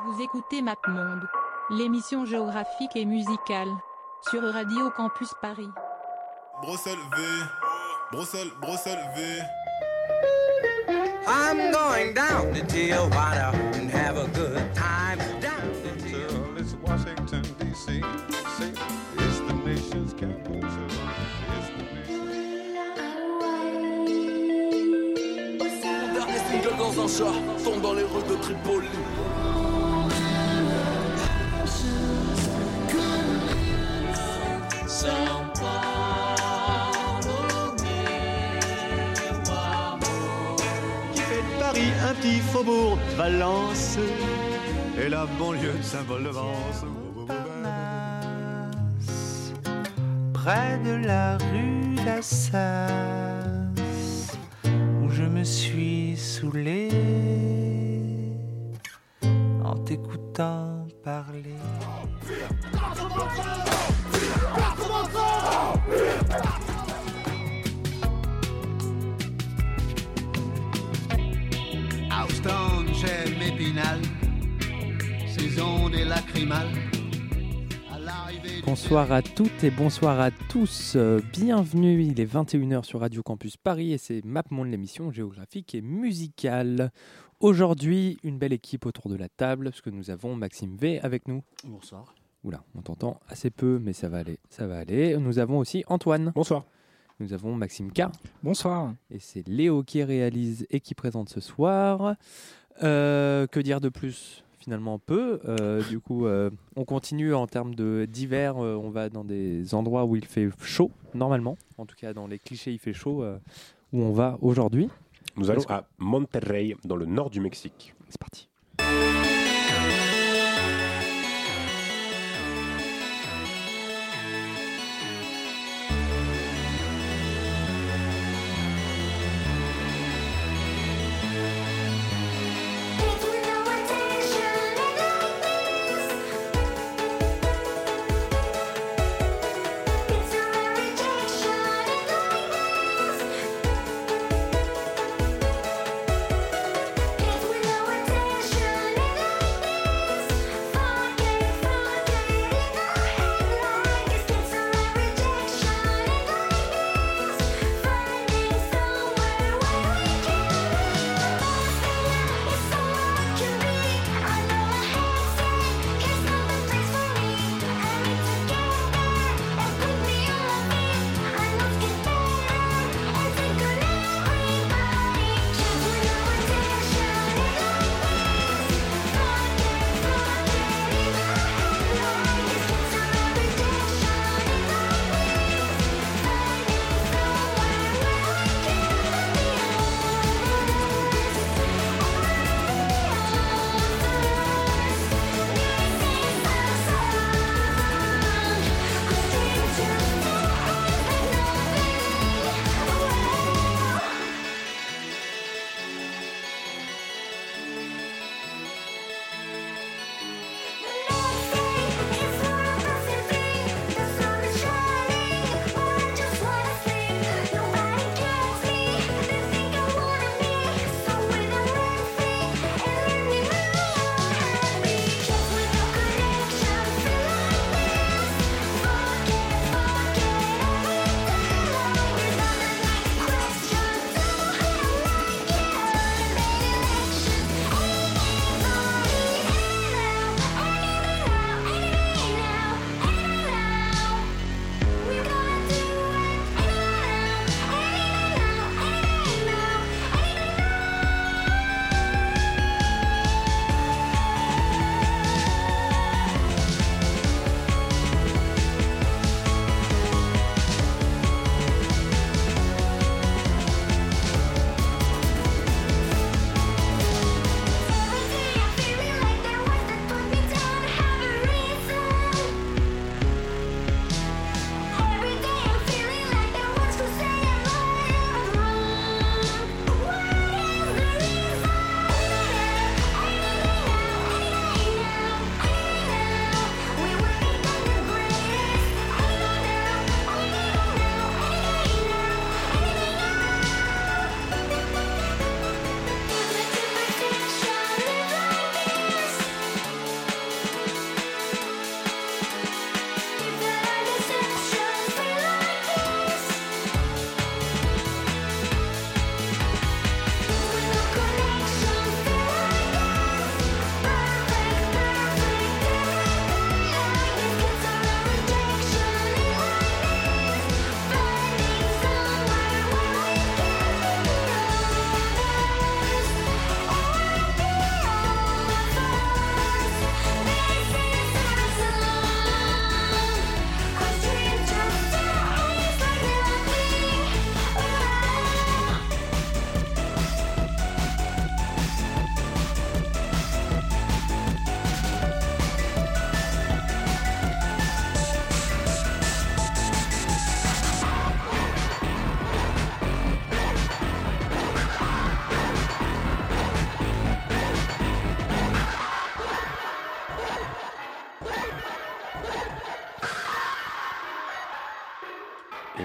Vous écoutez MapMonde, l'émission géographique et musicale, sur Radio Campus Paris. Bruxelles V, Bruxelles V. I'm going down to Tijuana and have a good time. Down to Tijuana. It's Washington, D.C. See, it's the nation's capital. It's the Mon dernier single dans un chat tombe dans les rues de Tripoli. Paris, un petit faubourg de Valence et la banlieue de Saint-Paul-de-Vence. Près de la rue d'Assas, où je me suis saoulé en t'écoutant parler. Houston, j'aime Épinal, saison des lacrymales. Bonsoir à toutes et bonsoir à tous, bienvenue, il est 21h sur Radio Campus Paris et c'est MapMonde, l'émission géographique et musicale. Aujourd'hui, une belle équipe autour de la table, parce que nous avons Maxime V avec nous. Bonsoir. Oula, on t'entend assez peu, mais ça va aller. Nous avons aussi Antoine. Bonsoir. Nous avons Maxime K. Bonsoir. Et c'est Léo qui réalise et qui présente ce soir. Que dire de plus ? Finalement peu. Du coup, on continue en termes d'hiver. On va dans des endroits où il fait chaud, normalement. En tout cas, dans les clichés, il fait chaud. Où on va aujourd'hui. Nous allons à Monterrey, dans le nord du Mexique. C'est parti.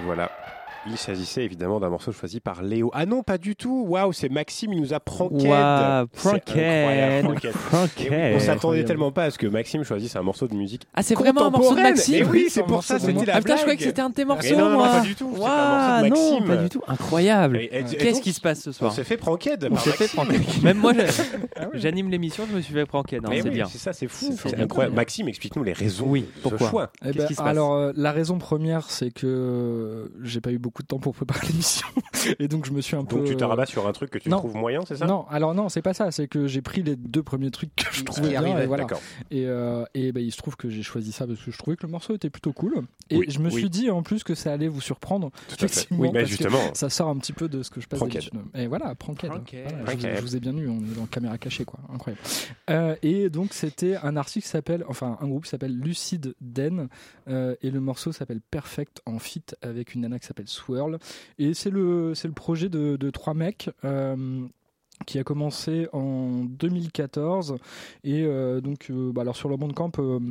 voilà. Il s'agissait évidemment d'un morceau choisi par Léo. Ah non, pas du tout. Waouh, c'est Maxime, il nous a pranked. Waouh, C'est incroyable, pranked. On s'attendait tellement pas à ce que Maxime choisisse un morceau de musique. Ah, c'est vraiment un morceau de Maxime. Mais oui, c'est pour ça, c'était la Ah putain, je croyais blague. que c'était un de tes morceaux, Mais non, moi. pas du tout. C'est un morceau de Non, Maxime. pas du tout. Incroyable. Et Qu'est-ce donc, qui se passe ce On soir? s'est fait pranked On par s'est fait Maxime. pranked. Même moi, j'anime l'émission, je me suis fait pranked. Mais C'est oui, bien. c'est ça, c'est fou. C'est C'est bien. incroyable. Maxime, explique-nous les raisons Oui, de ce pourquoi choix. Eh Qu'est-ce qui se passe? alors, la raison première, c'est que j'ai pas eu beaucoup de temps pour préparer l'émission. Et donc, je me suis un peu. Donc tu te rabats sur un truc que tu Non. trouves moyen, c'est ça? Non, alors non, c'est pas ça. C'est que j'ai pris les 2 premiers trucs que je trouvais bien. arrivait, Et voilà. d'accord. Et il se trouve que j'ai choisi ça parce que je trouvais que le morceau était plutôt cool. Et Oui, je me oui. suis dit en plus que ça allait vous surprendre. Tout à fait. Effectivement, Oui, mais parce que justement. ça sort un petit peu de ce que je passe Pranked. d'habitude. Et voilà, pranked. Pranked. Voilà, Pranked. je vous ai bien eu, on est dans caméra cachée, quoi. Incroyable. Et donc, c'était un artiste qui s'appelle, enfin, un groupe qui s'appelle Lucid Den. Et le morceau s'appelle Perfect en feat avec une nana qui s'appelle Swirl. Et c'est le projet de 3 mecs. Qui a commencé en 2014 et alors sur le Bandcamp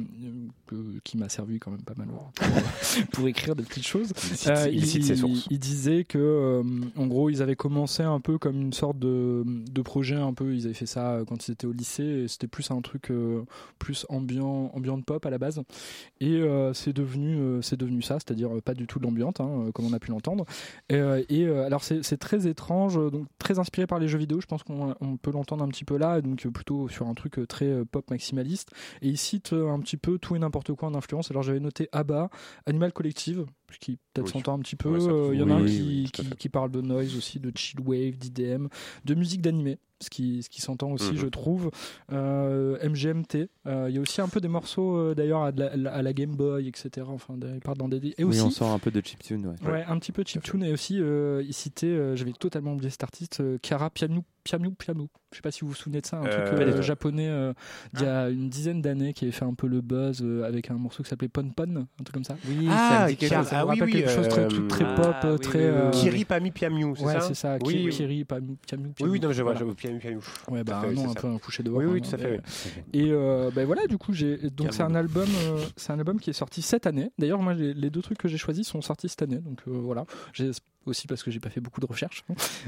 qui m'a servi quand même pas mal pour écrire des petites choses. Il cite ses sources. Il disait que en gros ils avaient commencé un peu comme une sorte de projet un peu, ils avaient fait ça quand ils étaient au lycée et c'était plus un truc plus ambient pop à la base et c'est devenu ça, c'est-à-dire pas du tout de l'ambiante comme on a pu l'entendre alors c'est très étrange, donc très inspiré par les jeux vidéo, je pense qu'on peut l'entendre un petit peu là, donc plutôt sur un truc très pop maximaliste. Et il cite un petit peu tout et n'importe quoi en influence. Alors j'avais noté ABBA, Animal Collective, qui peut-être Oui. s'entend un petit peu. Ouais, ça peut- Il y en a un oui, tout à fait. qui parle de noise aussi, de chill wave, d'IDM, de musique d'animé, ce qui s'entend aussi, je trouve. MGMT. Il y a aussi un peu des morceaux d'ailleurs à la Game Boy, etc. Enfin, ils partent dans des. Et Oui, aussi, on sort un peu de chiptune. Ouais. Ouais, un petit peu chiptune et aussi il citait, j'avais totalement oublié cet artiste, Kara Piano. Je sais pas si vous vous souvenez de ça, un truc japonais d'il y a une dizaine d'années qui avait fait un peu le buzz avec un morceau qui s'appelait Pon Pon, un truc comme ça. Oui, Ah, ça me dit quelque chose. Ça me rappelle quelque chose de très pop, oui, très. oui, oui. Kiri Pami Piamiu, c'est Ouais, ça? c'est ça. Oui, oui. Kiri Piano. Oui, non, je vois, Voilà. Piamiu, Piamiu. Ouais, Tout à bah fait, un nom c'est un ça. peu un coucher dehors. Oui, oui, hein, tout à fait. Et voilà, du coup, donc c'est un album qui est sorti cette année. D'ailleurs, moi, les 2 trucs que j'ai choisis sont sortis cette année. Donc voilà, aussi parce que j'ai pas fait beaucoup de recherches.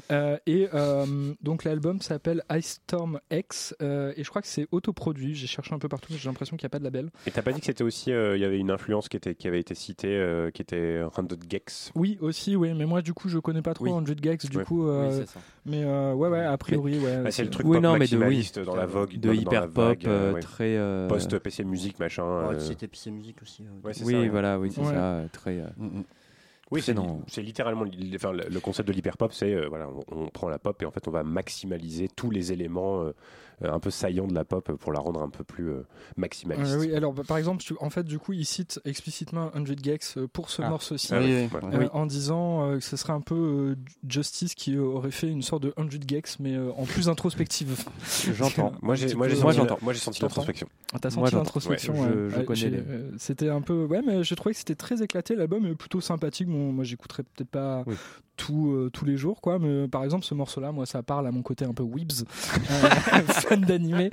Donc l'album s'appelle Ice Storm X et je crois que c'est autoproduit. J'ai cherché un peu partout, mais j'ai l'impression qu'il n'y a pas de label. Et t'as pas dit que c'était aussi, il y avait une influence qui avait été citée, qui était 100 Gex. Oui, aussi, oui, mais moi du coup je connais pas trop Oui. 100 Gex, du Ouais. coup, Oui, c'est ça. mais ouais, a priori, ouais. Bah, c'est le truc Oui, pop non, mais maximaliste dans la vogue, de dans la hyper pop, vague, ouais. très. Post-PC musique, machin. C'était PC Musique aussi. Ouais, c'est Oui, ça, ouais. voilà, oui, c'est Ouais. ça, très. Oui, c'est non. c'est littéralement le concept de l'hyperpop, c'est voilà, on prend la pop et en fait on va maximaliser tous les éléments un peu saillants de la pop pour la rendre un peu plus maximaliste. Oui, alors par exemple, en fait, du coup, il cite explicitement 100 Gex pour ce morceau-ci. Ah oui, oui. voilà. En disant que ce serait un peu Justice qui aurait fait une sorte de 100 Gex mais en plus introspective. J'entends. Moi j'ai j'entends. senti l'introspection. T'as Moi, senti j'entends. l'introspection. Ouais, je connais j'ai- c'était un peu, ouais, mais j'ai trouvé que c'était très éclaté, l'album est plutôt sympathique. Bon, moi j'écouterais peut-être pas Oui. tous les jours, quoi, mais par exemple ce morceau-là, moi ça parle à mon côté un peu weebs, fan d'animé.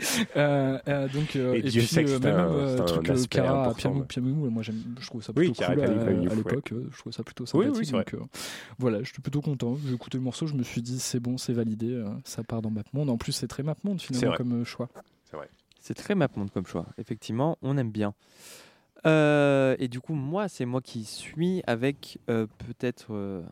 Et Dieu puis sait que c'est un truc aspect Kara important, ouais. Piamou, moi je trouve ça Oui, plutôt Kara cool Piamou, à ouais. l'époque, je trouve ça plutôt Oui, sympathique. oui, c'est vrai. Donc voilà, j'étais plutôt content. J'ai écouté le morceau, je me suis dit c'est bon, c'est validé, ça part dans MapMonde. En plus c'est très MapMonde finalement vrai. comme choix. C'est vrai. C'est très MapMonde comme choix. Effectivement, on aime bien. Et du coup, c'est moi qui suis avec peut-être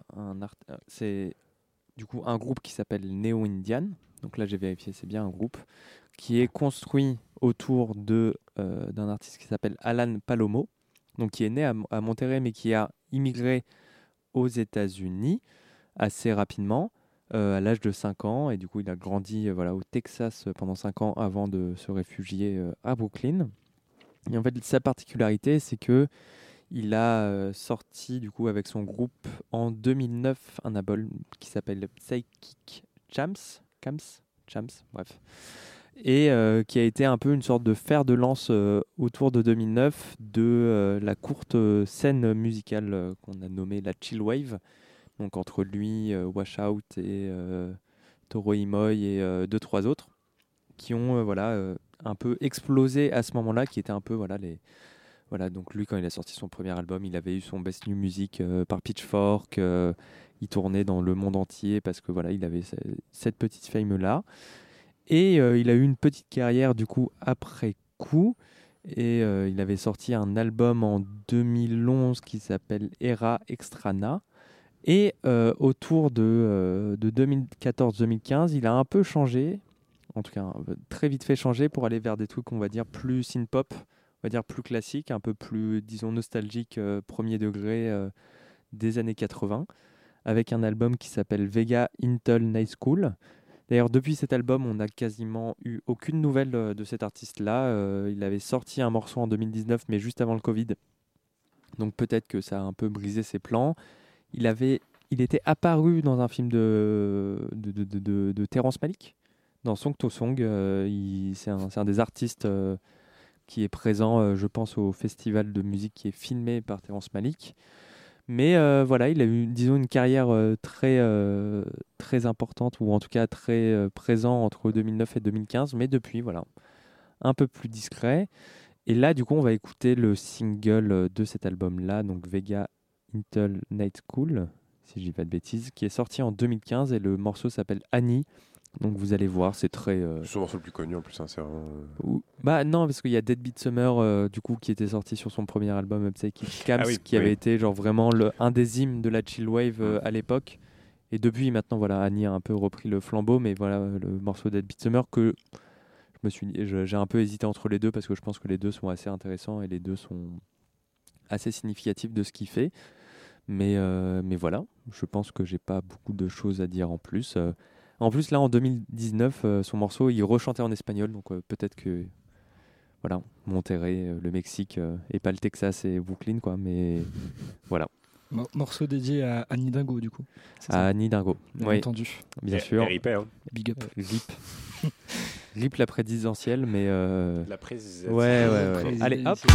c'est du coup un groupe qui s'appelle Neo Indian. Donc là, j'ai vérifié, c'est bien un groupe qui est construit autour d'un artiste qui s'appelle Alan Palomo, donc qui est né à Monterrey, mais qui a immigré aux États-Unis assez rapidement. À l'âge de 5 ans, et du coup il a grandi au Texas pendant 5 ans avant de se réfugier à Brooklyn. Et en fait sa particularité, c'est que il a sorti du coup avec son groupe en 2009 un album qui s'appelle Psychic Champs, bref, et qui a été un peu une sorte de fer de lance autour de 2009 de la courte scène musicale qu'on a nommée la Chill Wave. Donc entre lui, Washout et Toro Imoy et 2-3 autres qui ont un peu explosé à ce moment-là, qui étaient un peu Voilà, donc lui, quand il a sorti son premier album, il avait eu son Best New Music par Pitchfork. Il tournait dans le monde entier parce que voilà, il avait cette petite fame-là. Et il a eu une petite carrière du coup après coup. Et il avait sorti un album en 2011 qui s'appelle Era Extrana. Et autour de 2014-2015, il a un peu changé, en tout cas très vite fait changer pour aller vers des trucs, on va dire, plus synth-pop, on va dire plus classique, un peu plus, disons, nostalgique, premier degré des années 80, avec un album qui s'appelle Vega Intel Night School. D'ailleurs, depuis cet album, on n'a quasiment eu aucune nouvelle de cet artiste-là. Il avait sorti un morceau en 2019, mais juste avant le Covid. Donc peut-être que ça a un peu brisé ses plans. Il était apparu dans un film de Terrence Malick, dans Song to Song. C'est un des artistes qui est présent, je pense, au festival de musique qui est filmé par Terrence Malick. Mais voilà, il a eu, disons, une carrière très importante, ou en tout cas très présent entre 2009 et 2015. Mais depuis, voilà, un peu plus discret. Et là, du coup, on va écouter le single de cet album-là, donc Vega Intel Night School, si je dis pas de bêtises, qui est sorti en 2015, et le morceau s'appelle Annie. Donc vous allez voir, c'est très... C'est son morceau le plus connu en plus, hein, c'est vraiment... Bah non, parce qu'il y a Deadbeat Summer, du coup, qui était sorti sur son premier album Psychic Camps, qui avait été genre vraiment un des hymnes de la chill wave à l'époque. Et depuis, maintenant, voilà, Annie a un peu repris le flambeau, mais voilà, le morceau Deadbeat Summer que j'ai un peu hésité entre les deux, parce que je pense que les deux sont assez intéressants et les deux sont assez significatifs de ce qu'il fait. Mais voilà, je pense que j'ai pas beaucoup de choses à dire en plus. En plus, là, en 2019, son morceau, il rechantait en espagnol, donc peut-être que, voilà, Monterrey, le Mexique, et pas le Texas et Brooklyn, quoi, mais voilà. Morceau dédié à Annie Dingo, du coup. À Annie Dingo, bien entendu. Bien sûr. RIP, hein. Big up. RIP la présidentielle, mais... La présidentielle. Ouais. Allez, hop.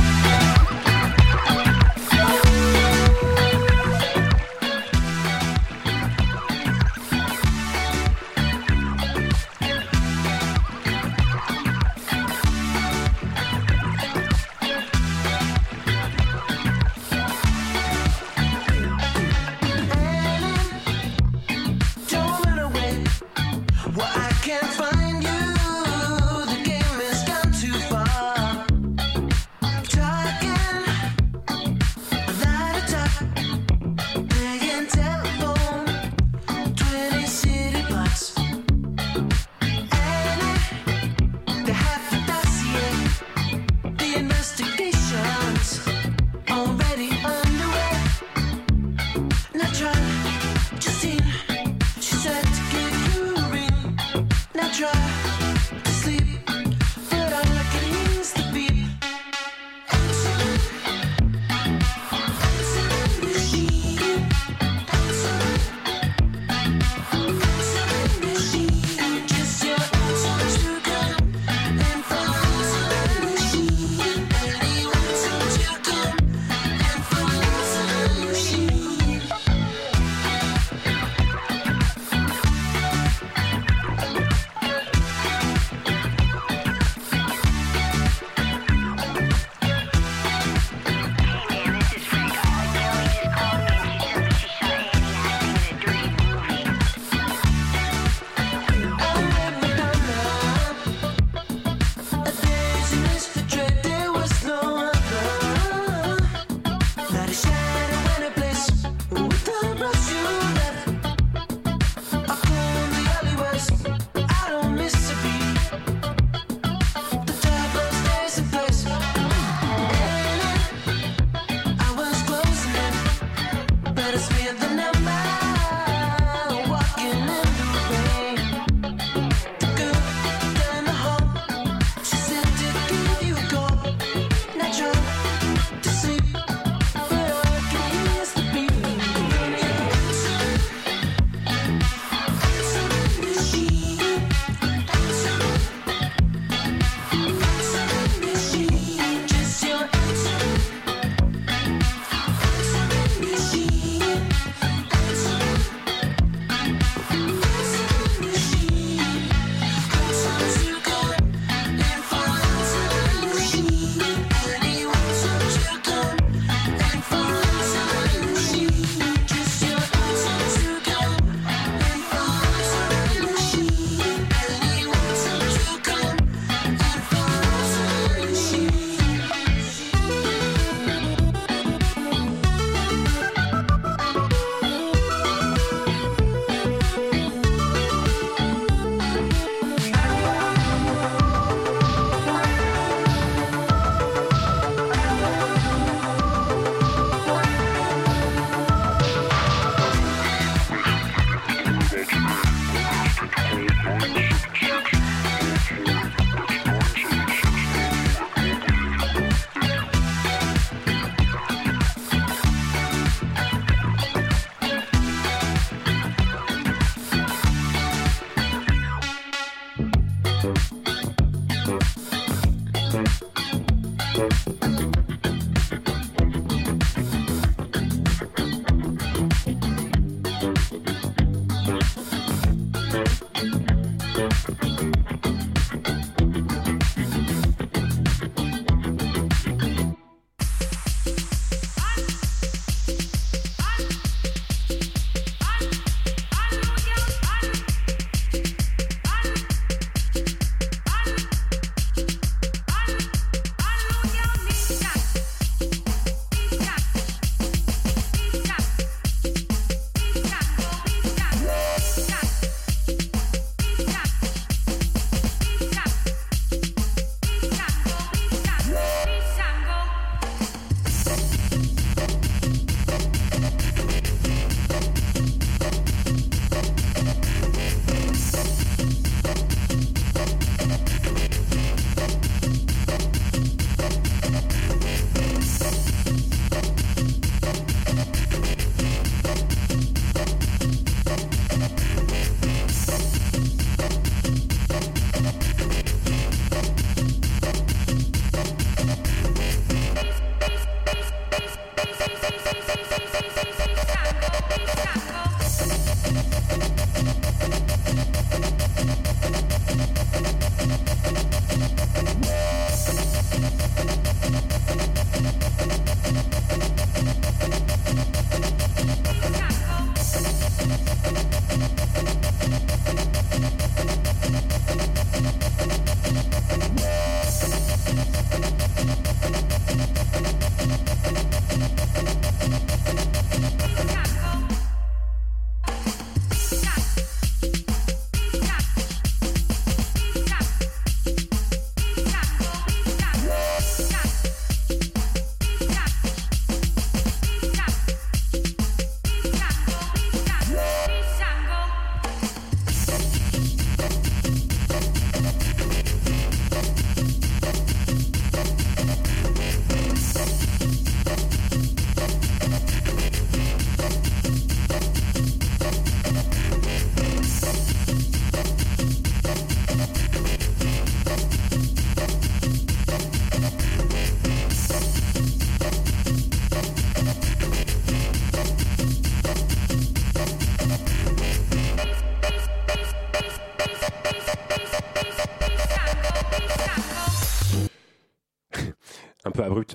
Un peu abrupt.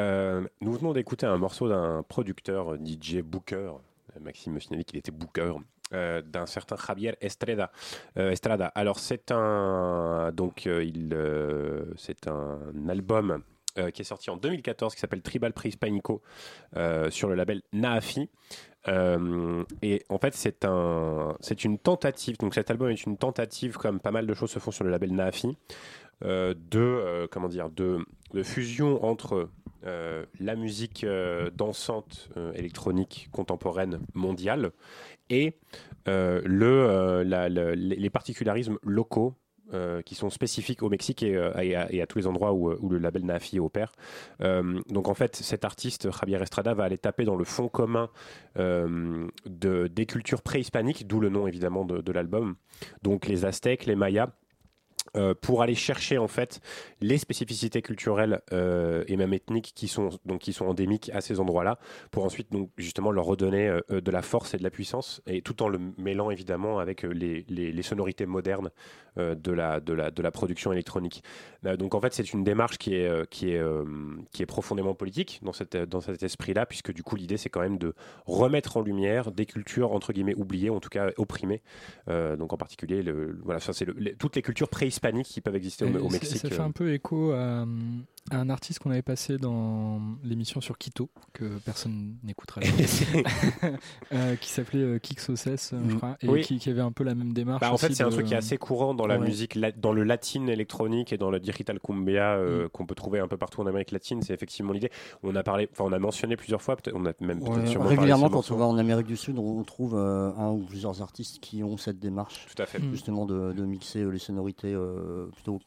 Nous venons d'écouter un morceau d'un producteur DJ Booker, Maxime me signalait qu'il était Booker, d'un certain Javier Estrada. Alors c'est un album qui est sorti en 2014 qui s'appelle Tribal Prehispanico sur le label Naafi. Et en fait c'est une tentative, donc cet album est une tentative, comme pas mal de choses se font sur le label Naafi, de fusion entre la musique dansante électronique contemporaine mondiale et les particularismes locaux qui sont spécifiques au Mexique et à tous les endroits où le label Naafi opère. Donc en fait, cet artiste, Javier Estrada, va aller taper dans le fond commun des cultures préhispaniques, d'où le nom évidemment de l'album, donc les Aztèques, les Mayas, pour aller chercher en fait les spécificités culturelles et même ethniques qui sont endémiques à ces endroits-là, pour ensuite donc justement leur redonner de la force et de la puissance, et tout en le mêlant évidemment avec les sonorités modernes de la production électronique. Donc en fait c'est une démarche qui est profondément politique dans cet esprit-là, puisque du coup l'idée c'est quand même de remettre en lumière des cultures entre guillemets oubliées, en tout cas opprimées. Donc en particulier toutes les cultures préhispaniques qui peuvent exister au Mexique. Ça fait un peu écho à un artiste qu'on avait passé dans l'émission sur Quito, que personne n'écoutera jamais, qui s'appelait Kixoses, je crois, et oui. qui avait un peu la même démarche. En fait, c'est un truc qui est assez courant dans la musique, dans le latine électronique et dans le digital cumbia qu'on peut trouver un peu partout en Amérique latine. C'est effectivement l'idée. On a mentionné plusieurs fois, on a même peut-être sûrement régulièrement quand on va en Amérique du Sud, on trouve un ou plusieurs artistes qui ont cette démarche, tout à fait, justement de mixer les sonorités plutôt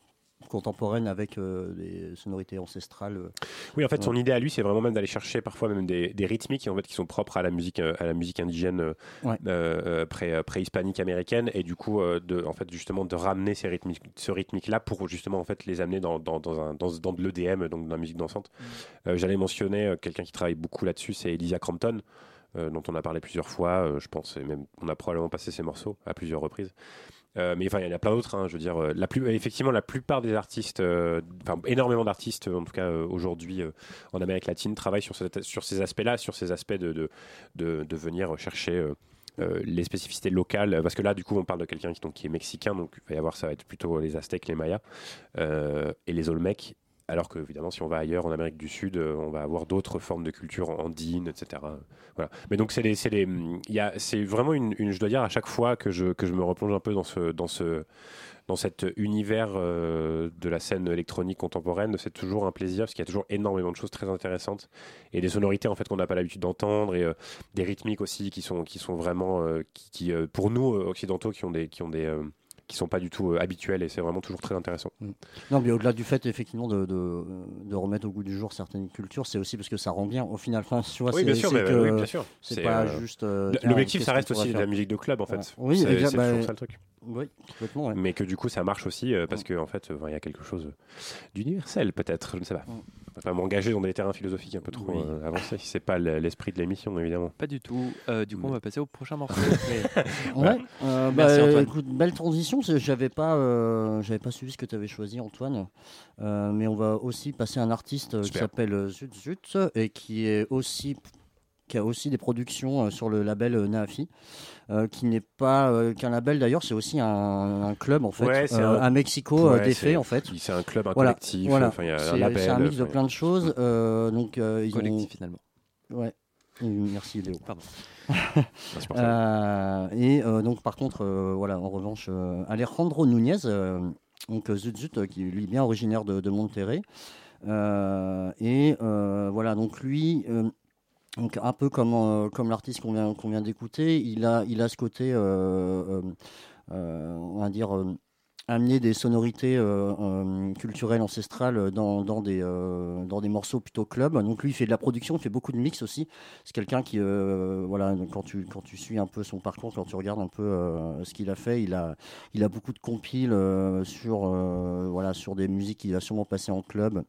contemporaine avec des sonorités ancestrales. Oui, en fait, son idée à lui, c'est vraiment même d'aller chercher parfois même des rythmiques en fait, qui sont propres à la musique indigène pré-hispanique américaine, et du coup, en fait, justement, de ramener ce rythmique-là pour justement en fait les amener dans de l'EDM, donc dans la musique dansante. J'allais mentionner quelqu'un qui travaille beaucoup là-dessus, c'est Elysia Crampton. Dont on a parlé plusieurs fois, je pense, et même on a probablement passé ses morceaux à plusieurs reprises. Mais enfin, il y en a plein d'autres. Hein, je veux dire, effectivement, la plupart des artistes, énormément d'artistes, en tout cas aujourd'hui en Amérique latine, travaillent sur ces aspects-là, sur ces aspects de venir chercher les spécificités locales. Parce que là, du coup, on parle de quelqu'un qui est mexicain, donc il va y avoir, ça va être plutôt les Aztèques, les Mayas et les Olmecs. Alors que, évidemment, si on va ailleurs, en Amérique du Sud, on va avoir d'autres formes de culture andine, etc. Voilà. Mais donc, c'est vraiment je dois dire, à chaque fois que je me replonge un peu dans cet univers de la scène électronique contemporaine, c'est toujours un plaisir, parce qu'il y a toujours énormément de choses très intéressantes, et des sonorités, en fait, qu'on n'a pas l'habitude d'entendre, et des rythmiques aussi qui sont vraiment, pour nous, occidentaux, qui sont pas du tout habituels, et c'est vraiment toujours très intéressant. Non, mais au-delà du fait effectivement de remettre au goût du jour certaines cultures, c'est aussi parce que ça rend bien au final. Enfin, tu vois, oui, bien sûr, oui, bien sûr. C'est pas juste. L'objectif, ça reste aussi de la musique de club, en fait. Oui, c'est toujours ça le truc. Oui, complètement. Ouais. Mais que du coup, ça marche aussi parce qu'en fait, il y a quelque chose d'universel, peut-être. Je ne sais pas. Enfin, m'engager dans des terrains philosophiques un peu trop avancés. C'est pas l'esprit de l'émission, évidemment. Pas du tout. Du coup, on va passer au prochain morceau. Merci Antoine. Écoute, belle transition. J'avais pas suivi ce que tu avais choisi, Antoine. Mais on va aussi passer à un artiste qui s'appelle Zut Zut et qui a aussi des productions sur le label Naafi, qui n'est pas qu'un label d'ailleurs, c'est aussi un club en fait, à Mexico d'effet en fait. C'est un club, un collectif. Voilà. Enfin, y a un label, c'est un mix de plein de choses. Donc ils collectif finalement. Ouais. Merci Léo. Pardon. Donc par contre, en revanche, Alejandro Núñez, donc Zut Zut, qui est lui bien originaire de Monterrey, donc lui. Donc un peu comme l'artiste qu'on vient d'écouter, il a ce côté, on va dire, amener des sonorités culturelles ancestrales dans des morceaux plutôt club. Donc lui, il fait de la production, il fait beaucoup de mix aussi. C'est quelqu'un qui, quand tu suis un peu son parcours, quand tu regardes un peu ce qu'il a fait, il a beaucoup de compiles sur des musiques qu'il a sûrement passées en club.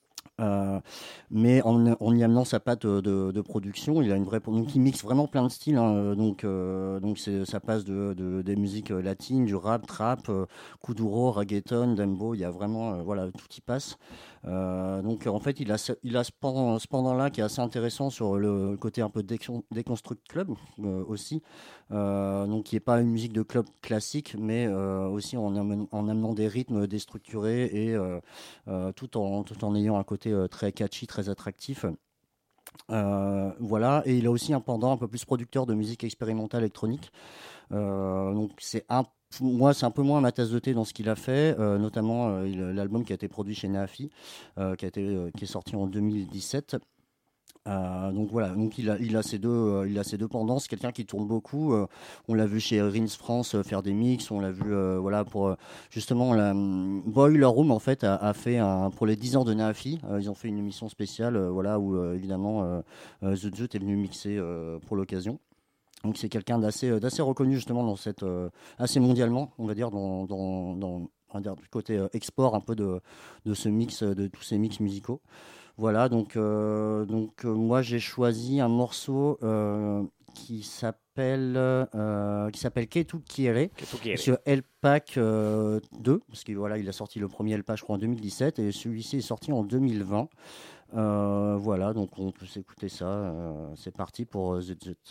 Mais en y amenant sa patte de production, il a une vraie. Donc il mixe vraiment plein de styles. Hein, donc ça passe des musiques latines, du rap, trap, kuduro, reggaeton, dembow. Il y a vraiment tout y passe. Donc en fait il a ce pendant-là qui est assez intéressant sur le côté un peu déconstruct club aussi. Donc qui est pas une musique de club classique, mais aussi en amenant des rythmes déstructurés et tout en ayant un côté très catchy, très attractif. Et il a aussi un pendant un peu plus producteur de musique expérimentale électronique. Donc moi, c'est un peu moins ma tasse de thé dans ce qu'il a fait, notamment l'album qui a été produit chez Naafi, qui est sorti en 2017. Donc il a ces deux pendances. Quelqu'un qui tourne beaucoup. On l'a vu chez Rins France faire des mix. On l'a vu pour justement Boiler Room en fait a fait pour les 10 ans de Naafi. Ils ont fait une émission spéciale où évidemment Zut Zut est venu mixer pour l'occasion. Donc c'est quelqu'un d'assez reconnu justement dans cette assez mondialement, on va dire dans du côté export un peu de ce mix, de tous ces mix musicaux. Voilà, donc moi j'ai choisi un morceau qui s'appelle Ketu Quiere sur El-Pac 2, parce qu'il il a sorti le premier El-Pac je crois en 2017 et celui-ci est sorti en 2020. Donc on peut s'écouter ça. C'est parti pour Zut Zut.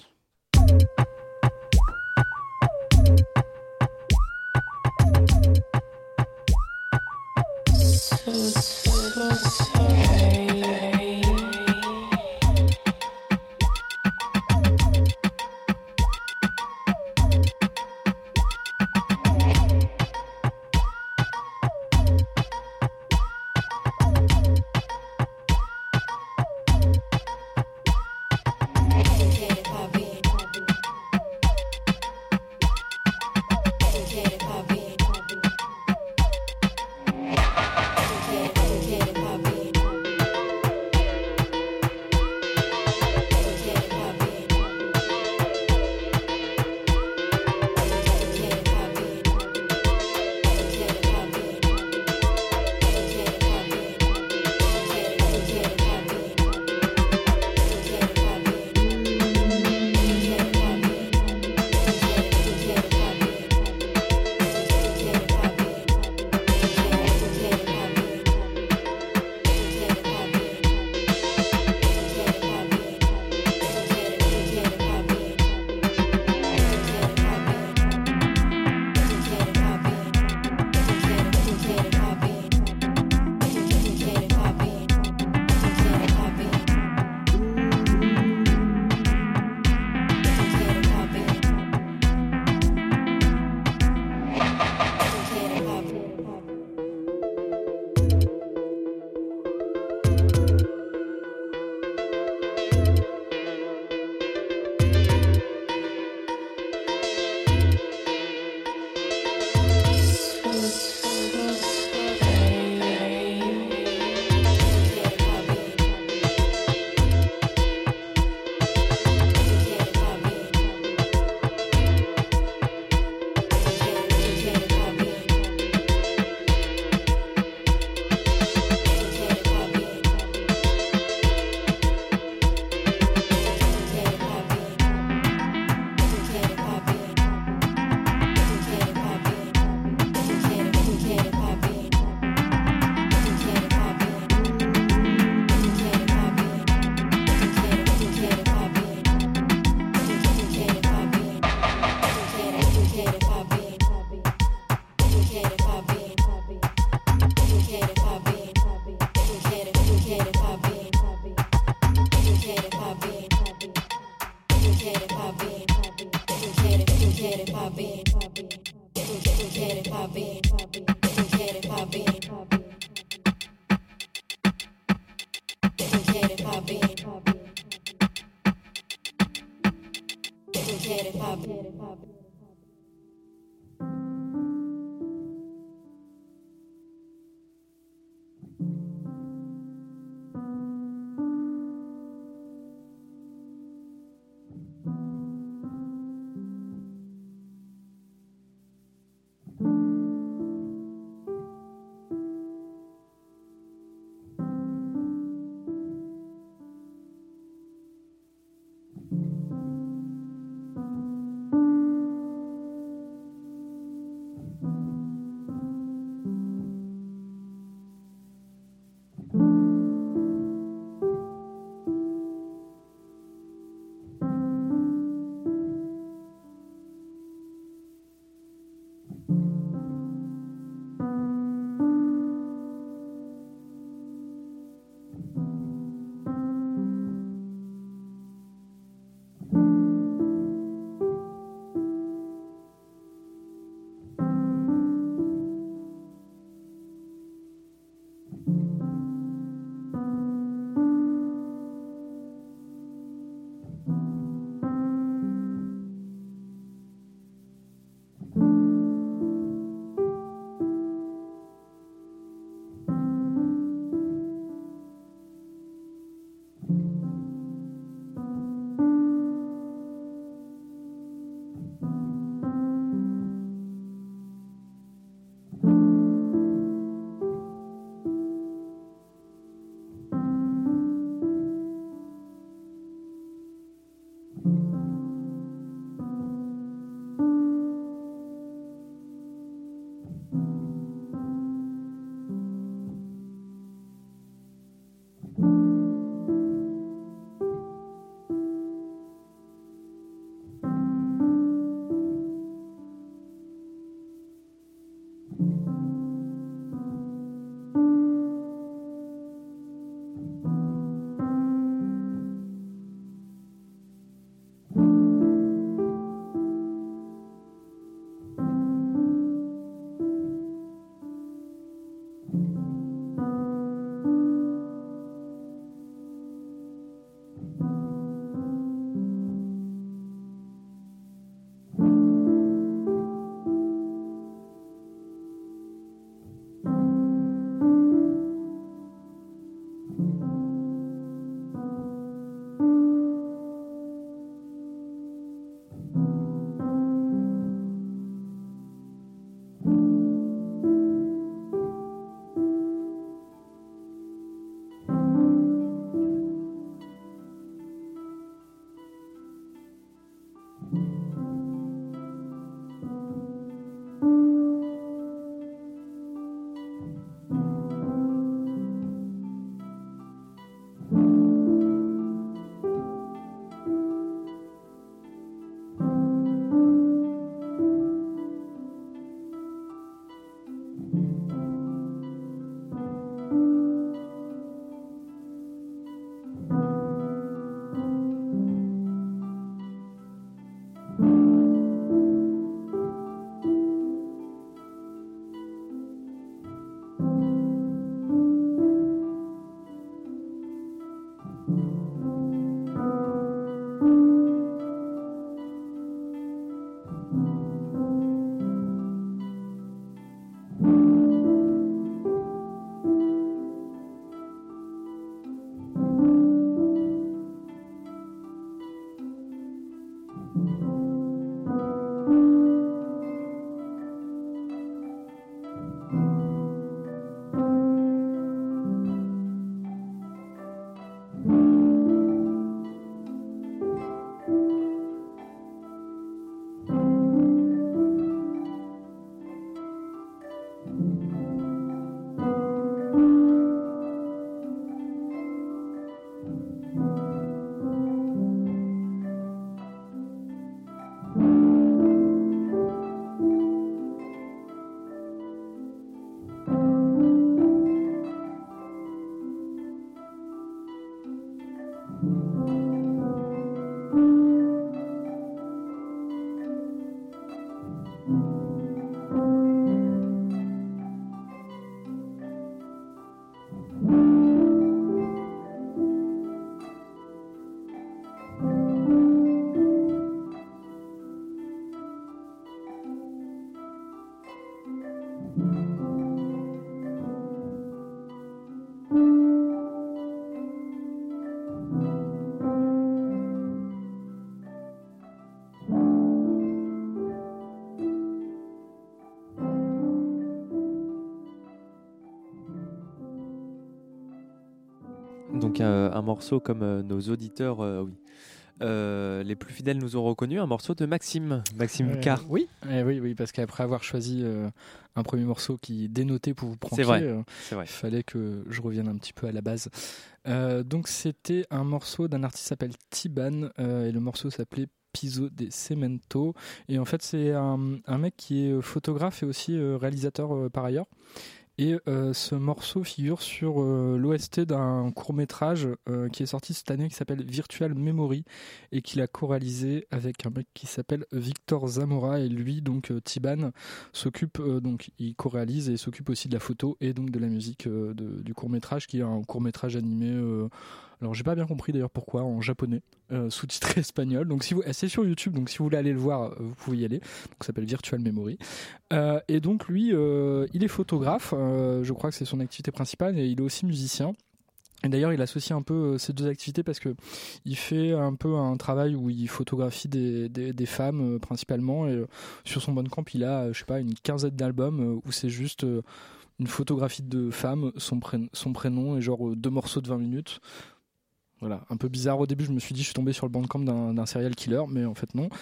Donc un morceau comme nos auditeurs les plus fidèles nous ont reconnu, un morceau de Maxime K. Oui, parce qu'après avoir choisi un premier morceau qui dénotait pour vous pranker, c'est vrai. Il fallait que je revienne un petit peu à la base. Donc c'était un morceau d'un artiste qui s'appelle Tiban, et le morceau s'appelait Piso de Cemento, et en fait c'est un mec qui est photographe et aussi réalisateur par ailleurs. Et ce morceau figure sur l'OST d'un court-métrage qui est sorti cette année qui s'appelle Virtual Memory et qu'il a co-réalisé avec un mec qui s'appelle Victor Zamora. Et lui, donc Tiban, s'occupe, donc il co-réalise et s'occupe aussi de la photo et donc de la musique du court-métrage qui est un court-métrage animé. Alors j'ai pas bien compris d'ailleurs pourquoi, en japonais, sous-titré espagnol. Donc c'est sur YouTube, donc si vous voulez aller le voir, vous pouvez y aller. Donc ça s'appelle Virtual Memory. Et donc lui, il est photographe, je crois que c'est son activité principale, et il est aussi musicien. Et d'ailleurs, il associe un peu ces deux activités parce que il fait un peu un travail où il photographie des femmes principalement. Et sur son Bandcamp, il a, je sais pas, une quinzaine d'albums où c'est juste une photographie de femmes, son prénom et genre 2 morceaux de 20 minutes. Voilà, un peu bizarre au début, je me suis dit je suis tombé sur le Bandcamp d'un serial killer, mais en fait non.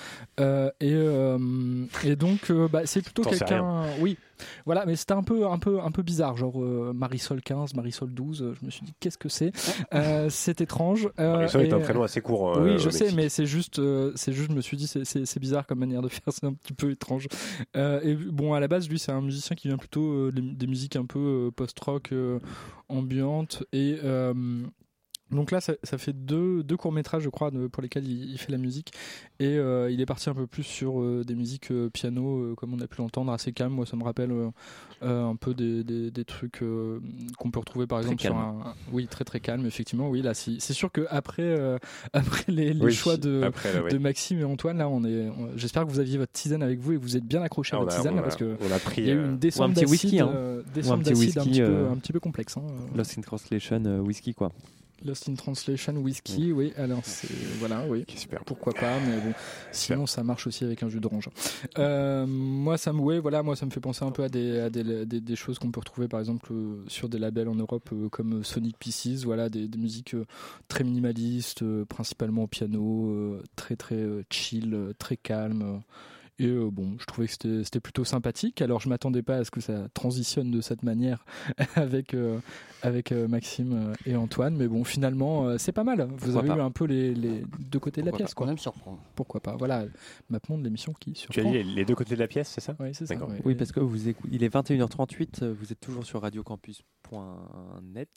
Et donc c'est plutôt quelqu'un. Oui, voilà, mais c'était un peu bizarre, genre Marisol 15, Marisol 12. Je me suis dit qu'est-ce que c'est c'est étrange. Marisol est un prénom assez court. Oui, je sais, mais c'est juste, je me suis dit c'est bizarre comme manière de faire, c'est un petit peu étrange. Et bon, à la base, lui, c'est un musicien qui vient plutôt des musiques un peu post-rock, ambiantes et donc là, ça fait deux courts-métrages, je crois, pour lesquels il fait la musique. Et il est parti un peu plus sur des musiques piano, comme on a pu l'entendre, assez calme. Moi, ça me rappelle un peu des trucs qu'on peut retrouver, par exemple, sur un... Oui, très très calme, effectivement. Oui, là, c'est sûr qu'après les choix de Maxime et Antoine, là, j'espère que vous aviez votre tisane avec vous et que vous êtes bien accrochés à votre tisane, là, parce qu'il y a eu une descente d'acide un petit peu complexe. Lost in Translation whisky, quoi. Lost in Translation whisky, oui. Alors voilà, oui. Super. Pourquoi pas, mais bon. Sinon, ça marche aussi avec un jus d'orange. Moi, ça me fait penser un peu à des choses qu'on peut retrouver, par exemple, sur des labels en Europe comme Sonic Pieces. Voilà, des musiques très minimalistes, principalement au piano, très très chill, très calme. Et je trouvais que c'était plutôt sympathique. Alors je m'attendais pas à ce que ça transitionne de cette manière avec Maxime et Antoine, mais bon, finalement c'est pas mal. Vous avez eu un peu les deux côtés de la pièce, quoi. Quand même surprendre. Pourquoi pas. Voilà, maintenant de l'émission qui surprend. Tu as dit les deux côtés de la pièce, c'est ça? Oui, c'est ça. Ouais. Oui, parce que il est 21h38, vous êtes toujours sur radiocampus.net.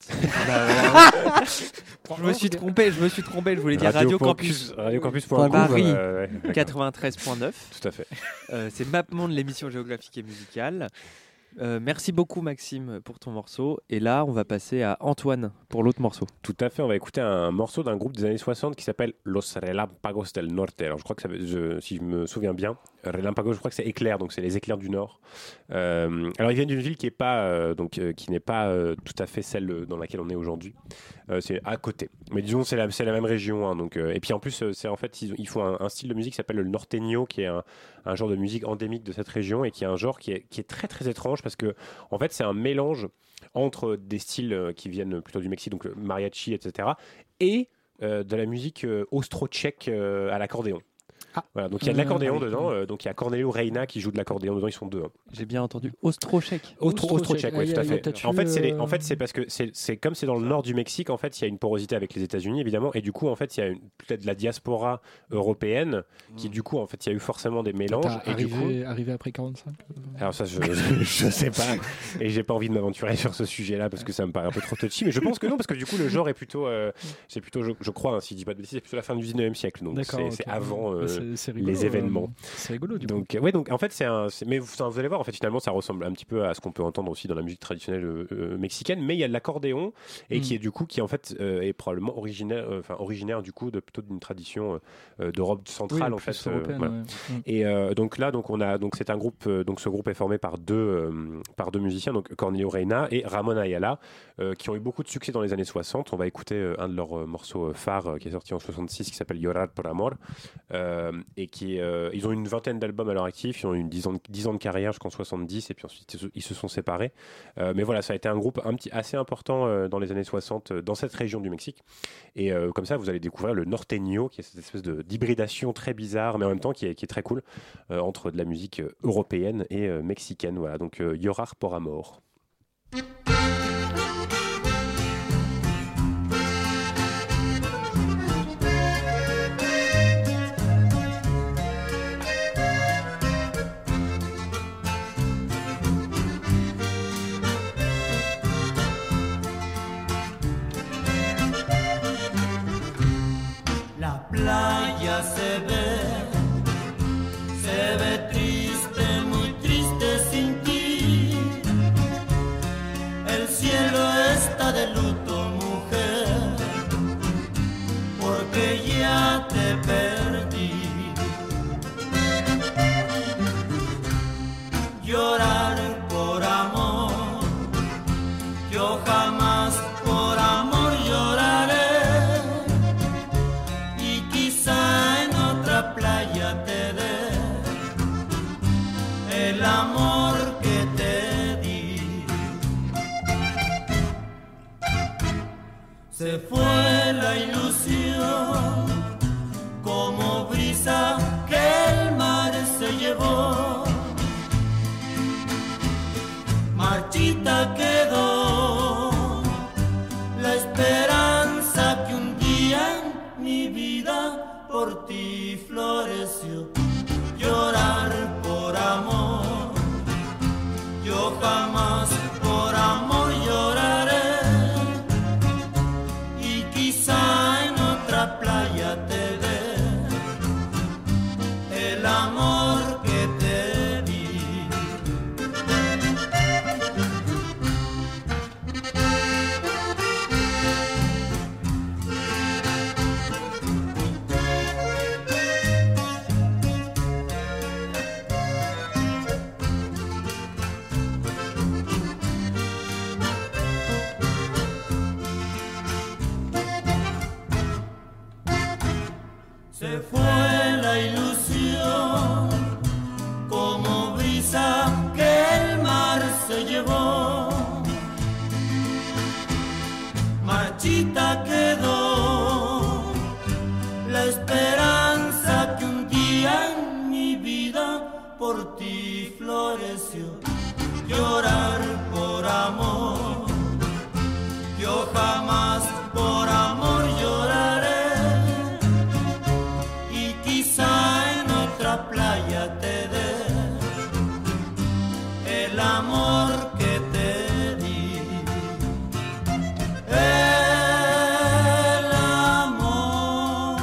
Je me suis trompé, je voulais dire Radio Campus. Paris 93.9. Tout à fait. C'est MapMonde, l'émission géographique et musicale. Merci beaucoup Maxime pour ton morceau. Et là, on va passer à Antoine pour l'autre morceau. Tout à fait, on va écouter un morceau d'un groupe des années 60 qui s'appelle Los Relámpagos del Norte. Alors je crois que si je me souviens bien, Relámpagos, je crois que c'est éclair, donc c'est les éclairs du Nord. Alors ils viennent d'une ville qui n'est pas tout à fait celle dans laquelle on est aujourd'hui. C'est à côté. Mais disons c'est la même région. Hein, donc, et puis en plus, ils font un style de musique qui s'appelle le norteño, qui est un genre de musique endémique de cette région et qui est un genre qui est très très étrange parce que en fait c'est un mélange entre des styles qui viennent plutôt du Mexique, donc le mariachi, etc., et de la musique austro-tchèque à l'accordéon. Voilà, donc il y a de l'accordéon dedans, donc il y a Cornelio Reina qui joue de l'accordéon dedans, ils sont deux. Hein. J'ai bien entendu austro-tchèque. Austro-tchèque, oui, tout à fait. En fait, c'est parce que c'est comme c'est dans le nord du Mexique, en fait, il y a une porosité avec les États-Unis évidemment, et du coup, en fait, il y a peut-être de la diaspora européenne qui, du coup, en fait, il y a eu forcément des mélanges. Arrivé après 45. Alors ça, je sais pas, et j'ai pas envie de m'aventurer sur ce sujet-là parce que ça me paraît un peu trop touchy, mais je pense que non, parce que du coup, le genre est plutôt, c'est plutôt, je crois, hein, si je dis pas de bêtises, c'est plutôt la fin du 19e siècle, donc c'est avant. C'est rigolo, les événements. C'est rigolo du coup. Donc en fait mais vous allez voir, en fait finalement ça ressemble un petit peu à ce qu'on peut entendre aussi dans la musique traditionnelle mexicaine, mais il y a de l'accordéon et qui en fait est probablement originaire du coup plutôt d'une tradition d'Europe centrale, en fait. Voilà. Et donc c'est un groupe, donc ce groupe est formé par deux musiciens, donc Cornelio Reina et Ramon Ayala, qui ont eu beaucoup de succès dans les années 60. On va écouter un de leurs morceaux phares qui est sorti en 66 qui s'appelle Llorar por Amor. et ils ont une vingtaine d'albums à leur actif, ils ont eu 10 ans de carrière jusqu'en 70 et puis ensuite ils se sont séparés. Mais voilà, ça a été un groupe assez important dans les années 60 dans cette région du Mexique. Et comme ça, vous allez découvrir le norteño, qui est cette espèce d'hybridation très bizarre, mais en même temps qui est très cool, entre de la musique européenne et mexicaine. Voilà, donc Llorar por Amor. La playa se ve triste, muy triste sin ti. El cielo está de luto, mujer, porque ya te perdí. Llorar por amor, yo jamás por amor lloraré. Playa te dé el amor que te di. Se fue la ilusión como brisa que el mar se llevó. Marchita quedó la esperanza que un día en mi vida por ti floreció. Llorar por amor, yo jamás por amor lloraré. Y quizá en otra playa te dé el amor que te di. Se fue la ilusión como brisa que el mar se llevó. Marchita quedó la esperanza que un día en mi vida por ti floreció. Llorar por amor, yo jamás por amor lloraré. En otra playa te dé el amor que te di. El amor.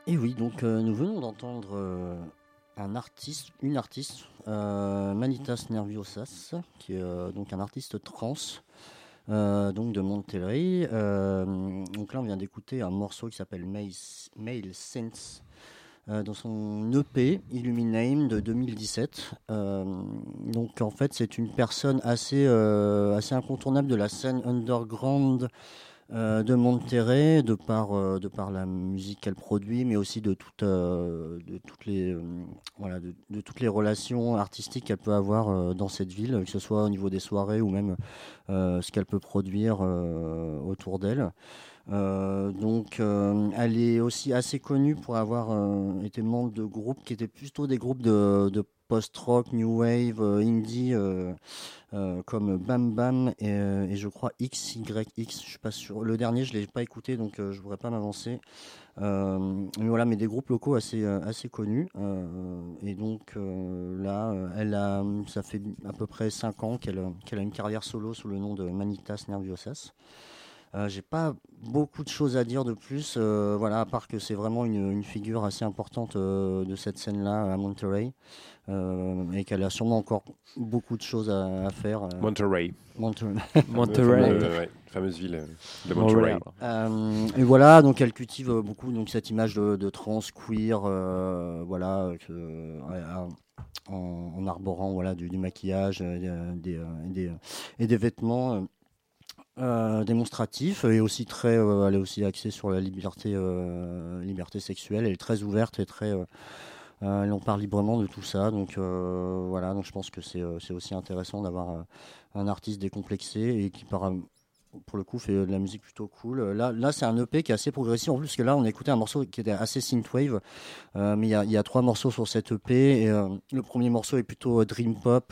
Et oui, donc nous venons d'entendre une artiste, Manitas Nerviosas, qui est donc un artiste trans, donc de Monterrey. Donc là, on vient d'écouter un morceau qui s'appelle Male Sense, dans son EP Illuminame de 2017. Donc en fait, c'est une personne assez incontournable de la scène underground de Monterrey, de par la musique qu'elle produit, mais aussi de toutes les relations artistiques qu'elle peut avoir dans cette ville, que ce soit au niveau des soirées ou même ce qu'elle peut produire autour d'elle. Donc elle est aussi assez connue pour avoir été membre de groupes qui étaient plutôt des groupes de post-rock, new wave, indie, comme Bam Bam et je crois XYX, je suis pas sûr. Le dernier je l'ai pas écouté, donc je pourrais pas m'avancer. Mais voilà, mais des groupes locaux assez connus. Et donc là, ça fait à peu près 5 ans qu'elle a une carrière solo sous le nom de Manitas Nerviosas. J'ai pas beaucoup de choses à dire de plus, voilà, à part que c'est vraiment une figure assez importante de cette scène-là à Monterrey, et qu'elle a sûrement encore beaucoup de choses à faire. Monterrey. Monterrey. Fameuse ville de Monterrey. Et voilà, donc elle cultive beaucoup donc cette image de trans queer, voilà, en arborant voilà du maquillage, et des vêtements. Démonstratif, et aussi elle est aussi axée sur la liberté sexuelle. Elle est très ouverte et elle en parle librement de tout ça, donc voilà, donc je pense que c'est aussi intéressant d'avoir un artiste décomplexé et qui pour le coup fait de la musique plutôt cool. Là c'est un EP qui est assez progressif en plus, parce que là on a écouté un morceau qui était assez synthwave, mais il y a 3 morceaux sur cet EP, et le premier morceau est plutôt dream pop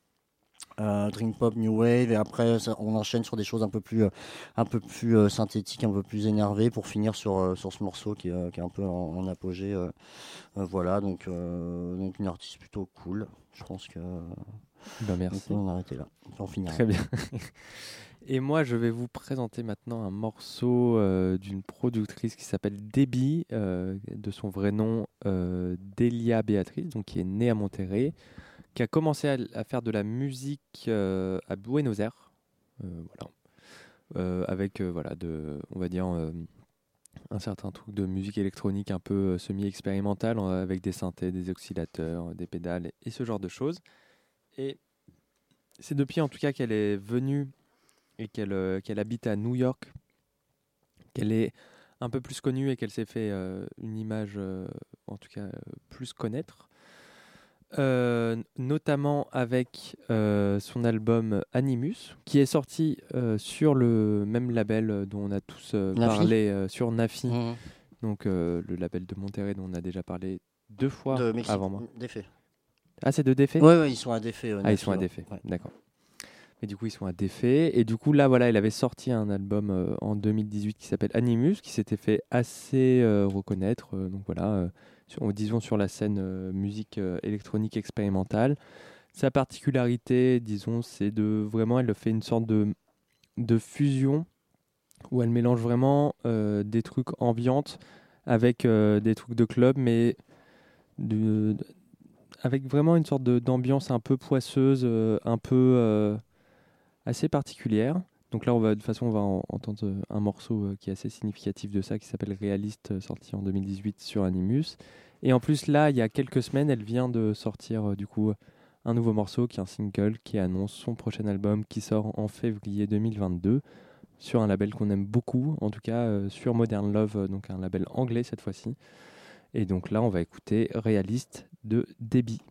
new wave, et après on enchaîne sur des choses un peu plus synthétiques, un peu plus énervées, pour finir sur ce morceau qui est un peu en apogée, voilà, donc une artiste plutôt cool. Je pense que merci. On va arrêter là, on finira. Très bien. Et moi je vais vous présenter maintenant un morceau d'une productrice qui s'appelle Debbie, de son vrai nom Delia Béatrice, donc qui est née à Monterrey, qui a commencé à faire de la musique à Buenos Aires, voilà, avec on va dire un certain truc de musique électronique un peu semi-expérimentale, avec des synthés, des oscillateurs, des pédales et ce genre de choses. Et c'est depuis en tout cas qu'elle est venue et qu'elle habite à New York, qu'elle est un peu plus connue et qu'elle s'est fait une image en tout cas plus connaître. Notamment avec son album Animus, qui est sorti sur le même label dont on a tous parlé, sur Nafi, donc le label de Monterrey dont on a déjà parlé 2 fois avant moi. Défait. Ah, c'est de Défait ? Ouais, ils sont à Défait. Ils sont à Défait, ouais. D'accord. Mais du coup, ils sont à Défait. Et du coup, là, voilà, elle avait sorti un album en 2018 qui s'appelle Animus, qui s'était fait assez reconnaître. Donc voilà, disons sur la scène musique électronique expérimentale. Sa particularité, disons, c'est vraiment, elle fait une sorte de fusion où elle mélange vraiment des trucs ambiantes avec des trucs de club, mais avec vraiment une sorte d'ambiance un peu poisseuse, un peu assez particulière. Donc là, on va entendre un morceau qui est assez significatif de ça, qui s'appelle Réaliste, sorti en 2018 sur Animus. Et en plus, là, il y a quelques semaines, elle vient de sortir du coup un nouveau morceau qui est un single qui annonce son prochain album qui sort en février 2022 sur un label qu'on aime beaucoup, en tout cas sur Modern Love, donc un label anglais cette fois-ci. Et donc là, on va écouter Réaliste de Debbie.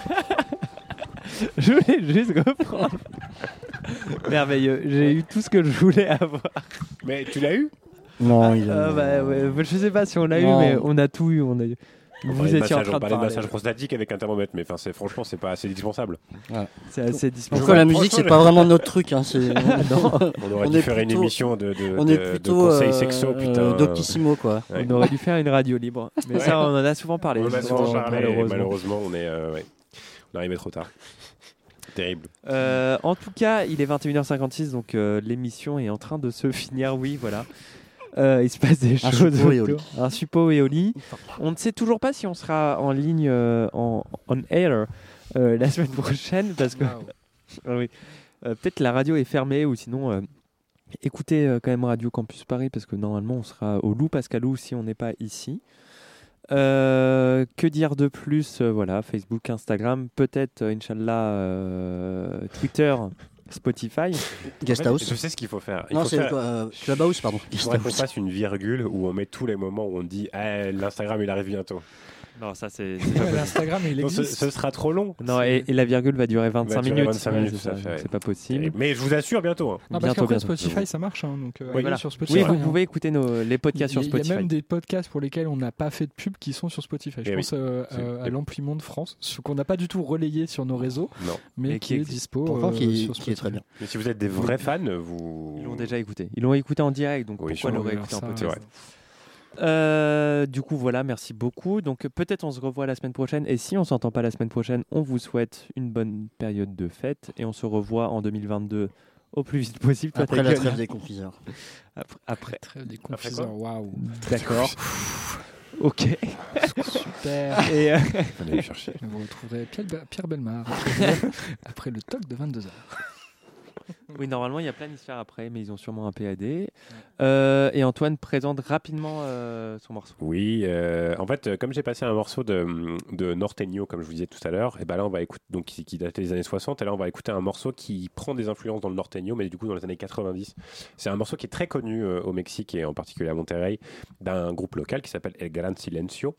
Je voulais juste reprendre. Merveilleux. J'ai eu tout ce que je voulais avoir. Mais tu l'as eu? Non, je sais pas si on l'a eu, mais on a tout eu. On a eu. Vous étiez en train de parler de parler. massage prostatique avec un thermomètre, mais franchement, c'est pas assez indispensable. Voilà. C'est assez dispensable. Pourquoi la musique, c'est pas vraiment notre truc. Hein, on aurait dû faire une émission de conseils sexo, putain. Doctissimo, quoi. Ouais. On aurait dû faire une radio libre. Mais ça, on en a souvent parlé. On en a souvent parlé, malheureusement, on est arrivé trop tard. Terrible. En tout cas, il est 21h56, donc l'émission est en train de se finir. Oui, voilà. Il se passe des choses. Un suppôt et au lit. On ne sait toujours pas si on sera en ligne on air la semaine prochaine parce que oui, peut-être la radio est fermée ou sinon écoutez quand même Radio Campus Paris parce que normalement on sera au Loup Pascalou si on n'est pas ici. Que dire de plus voilà, Facebook, Instagram, peut-être Inch'Allah Twitter, Spotify. Guest House. Je sais ce qu'il faut faire. Non, c'est Clubhouse, pardon. Il faudrait qu'on fasse une virgule où on met tous les moments où on dit l'Instagram il arrive bientôt. Non, ça c'est. L'Instagram il existe. Ce sera trop long. Non, et la virgule va durer 25 minutes. 25 minutes, c'est pas possible. Mais je vous assure bientôt. Non, parce qu'après Spotify ça marche. Donc, voilà. sur Spotify, vous pouvez écouter les podcasts sur Spotify. Il y a même des podcasts pour lesquels on n'a pas fait de pub qui sont sur Spotify. Je pense à l'Ampliment de France, ce qu'on n'a pas du tout relayé sur nos réseaux, mais qui est dispo sur Spotify. Qui est très bien. Mais si vous êtes des vrais fans, ils l'ont déjà écouté. Ils l'ont écouté en direct, donc pourquoi le réécouter en podcast? Du coup voilà, merci beaucoup. Donc peut-être on se revoit la semaine prochaine et si on s'entend pas la semaine prochaine, on vous souhaite une bonne période de fête et on se revoit en 2022 au plus vite possible. Après la trêve des confiseurs. Après la trêve des confiseurs, waouh. D'accord. Ok. Super. Et fallait aller chercher. Vous retrouverez Pierre Bellemare après le talk de 22h. Oui, normalement, il y a Planisphère après, mais ils ont sûrement un PAD. Et Antoine présente rapidement son morceau. Oui, en fait, comme j'ai passé un morceau de Norteño, comme je vous disais tout à l'heure, et ben là, on va écouter, donc qui datait des années 60, et là, on va écouter un morceau qui prend des influences dans le Norteño, mais du coup, dans les années 90. C'est un morceau qui est très connu au Mexique, et en particulier à Monterrey, d'un groupe local qui s'appelle El Gran Silencio.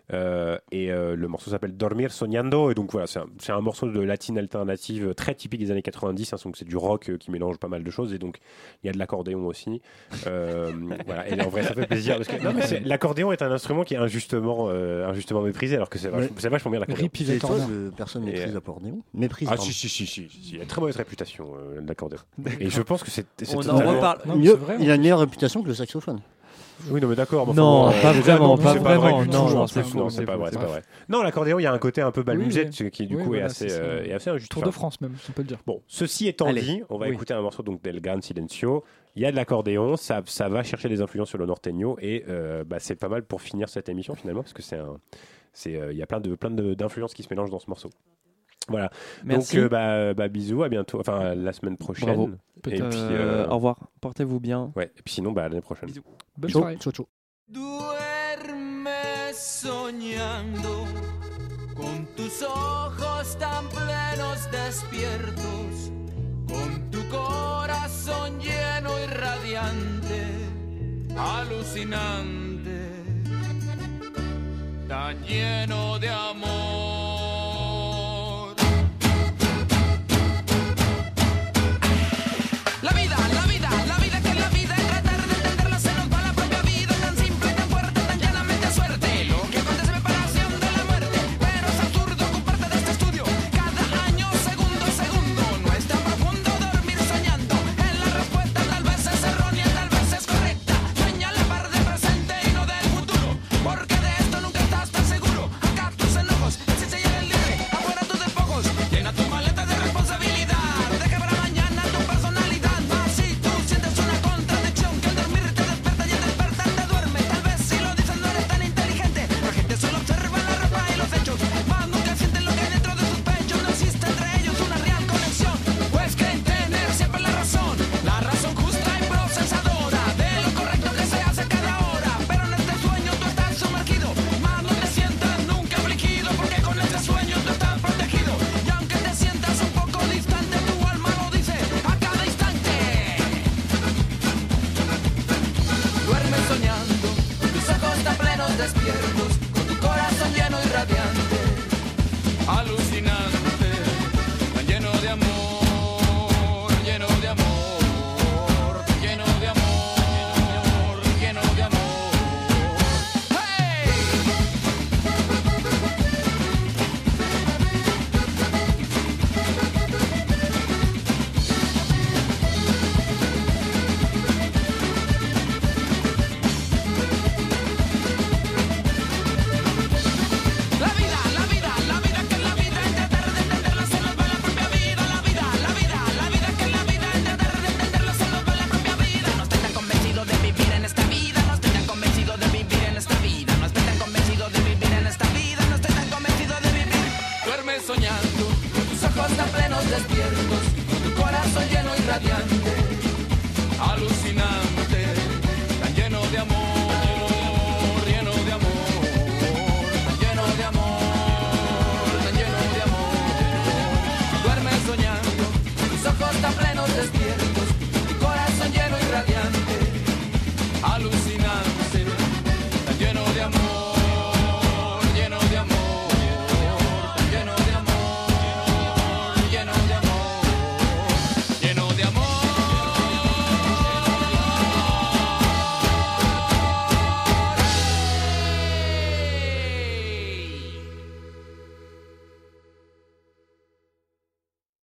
Le morceau s'appelle Dormir Soñando et donc voilà, c'est un morceau de latine alternative très typique des années 90, donc c'est du rock qui mélange pas mal de choses et donc il y a de l'accordéon aussi, voilà, et en vrai ça fait plaisir parce que l'accordéon est un instrument qui est injustement méprisé alors que c'est vachement bien l'accordéon. C'est toi personne méprise l'accordéon. Méprise. Ah si, il a une très mauvaise réputation l'accordéon. Et je pense que on en reparle. Mieux, il a une meilleure réputation que le saxophone. Oui, non, mais d'accord. Non, pas vraiment. Non, c'est faux. C'est pas vrai. Non, l'accordéon, il y a un côté un peu balmusette qui, du coup, est assez injuste. Tour de France, même, on peut le dire. Bon, ceci étant dit, on va écouter un morceau d'El Gran Silencio. Il y a de l'accordéon, ça va chercher des influences sur le Norteño et c'est pas mal pour finir cette émission finalement, parce que il y a plein d'influences qui se mélangent dans ce morceau. Voilà. Merci. Donc bisous, à bientôt. Enfin, la semaine prochaine. Bravo. Et puis au revoir. Portez-vous bien. Ouais. Et puis sinon, l'année prochaine. Bisous. Bonne soirée. Ciao. Duerme soñando con tus ojos tan plenos despiertos, con tu corazón lleno y radiante, alucinante, tan lleno de amor. La vida que es la vida es tratar de entenderla, se nos va la propia vida, tan simple, tan fuerte, tan llanamente suerte. Lo que acontece es separación de la muerte, pero es absurdo ocuparte de este estudio. Cada año, segundo a segundo, no es tan profundo dormir soñando. En la respuesta tal vez es errónea, tal vez es correcta. Sueña la par del presente y no del futuro, porque de esto nunca estás tan seguro. Acá tus enojos, si se llega el libre, afuera tus despojos. Llena tus maletas de responsabilidad, deja para mañana tu personalidad. Despierto